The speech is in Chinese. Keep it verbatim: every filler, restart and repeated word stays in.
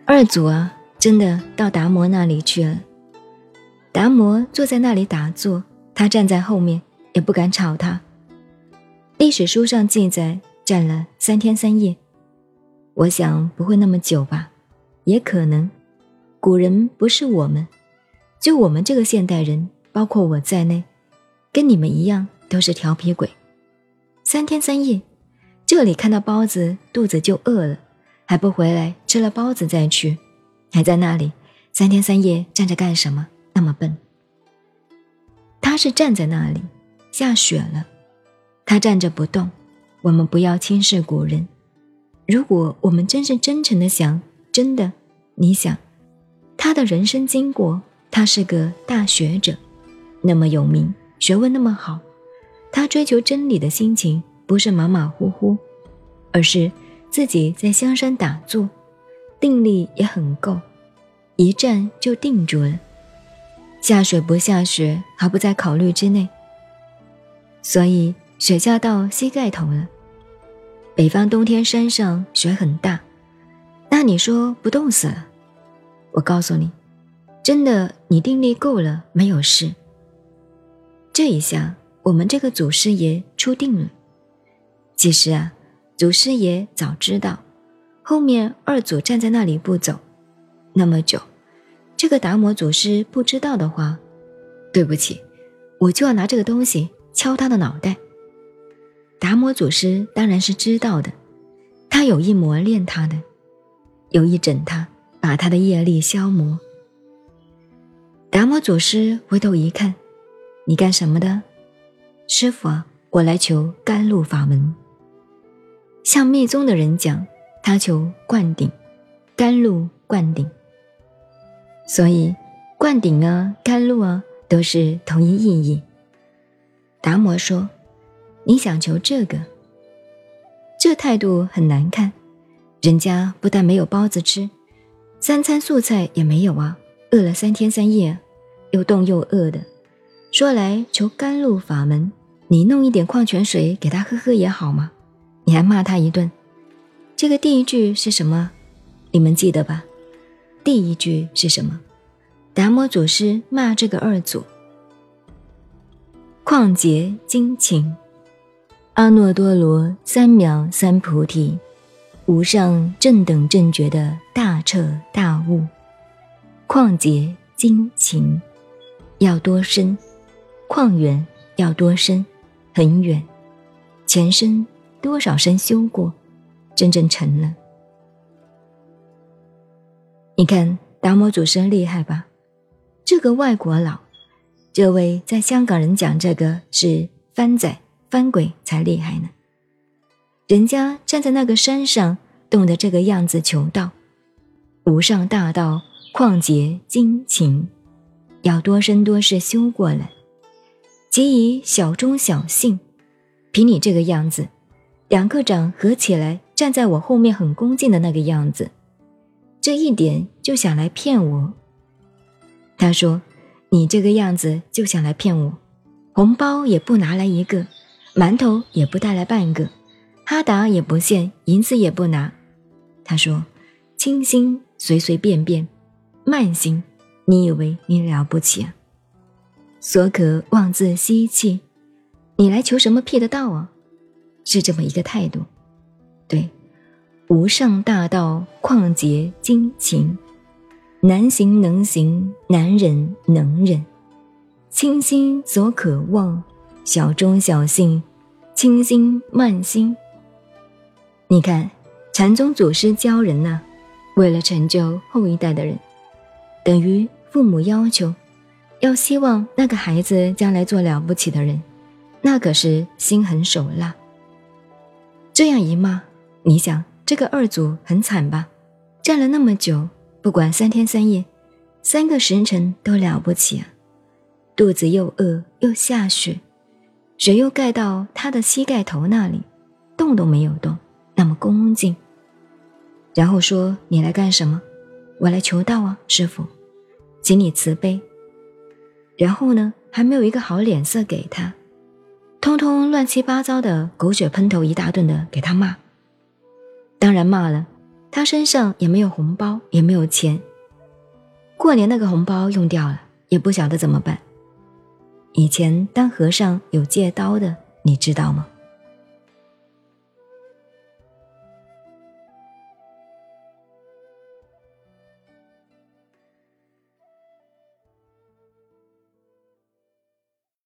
二祖啊，真的到达摩那里去了。达摩坐在那里打坐，他站在后面，也不敢吵他。历史书上记载，站了三天三夜。我想不会那么久吧，也可能。古人不是我们，就我们这个现代人，包括我在内，跟你们一样都是调皮鬼。三天三夜，这里看到包子肚子就饿了，还不回来吃了包子再去，还在那里三天三夜站着干什么？那么笨。他是站在那里，下雪了，他站着不动。我们不要轻视古人，如果我们真是真诚的想，真的，你想他的人生经过，他是个大学者，那么有名，学问那么好，他追求真理的心情不是马马虎虎，而是自己在香山打坐，定力也很够，一站就定住了，下雪不下雪毫不在考虑之内。所以雪下到膝盖头了。北方冬天山上雪很大，那你说不冻死了？我告诉你，真的，你定力够了，没有事。这一下我们这个祖师爷出定了。其实啊，祖师爷早知道后面二祖站在那里不走那么久，这个达摩祖师不知道的话，对不起，我就要拿这个东西敲他的脑袋。达摩祖师当然是知道的，他有意磨练他的，有意整他，把他的业力消磨。达摩祖师回头一看，你干什么的？师父啊，我来求甘露法门。像密宗的人讲，他求灌顶，甘露灌顶。所以灌顶啊，甘露啊，都是同一意义。达摩说，你想求这个，这态度很难看。人家不但没有包子吃，三餐素菜也没有啊，饿了三天三夜，又冻又饿的。说来求甘露法门，你弄一点矿泉水给他喝喝也好吗？你还骂他一顿。这个第一句是什么？你们记得吧？第一句是什么？达摩祖师骂这个二祖，旷劫精勤，阿耨多罗三藐三菩提，无上正等正觉的大彻大悟。旷劫精勤，要多深，旷远要多深，很远，前生多少生修过，真正成了。你看达摩祖师厉害吧？这个外国佬，这位在香港人讲这个是番仔番鬼才厉害呢。人家站在那个山上，冻得这个样子求道，无上大道，旷劫精勤，要多生多世修过来，即以小忠小信，凭你这个样子，两个掌合起来站在我后面很恭敬的那个样子，这一点就想来骗我。他说，你这个样子就想来骗我，红包也不拿来一个，馒头也不带来半个，哈达也不献，银子也不拿。他说，轻心随随便便，慢心你以为你了不起啊？所可妄自吸气，你来求什么屁的道啊？是这么一个态度。对，无上大道，旷劫精勤，难行能行，难忍能忍，轻心所可望，小忠小信，轻心慢心。你看禅宗祖师教人啊，为了成就后一代的人，等于父母要求要希望那个孩子将来做了不起的人，那可是心狠手辣。这样一骂，你想这个二祖很惨吧？站了那么久，不管三天三夜，三个时辰都了不起啊，肚子又饿又下雪，雪又盖到他的膝盖头那里，动都没有动，那么恭敬。然后说，你来干什么？我来求道啊，师父，请你慈悲。然后呢，还没有一个好脸色给他，通通乱七八糟的，狗血喷头一大顿的给他骂。当然骂了， 他身上也没有红包，也没有钱。过年那个红包用掉了，也不晓得怎么办。以前当和尚有借刀的，你知道吗？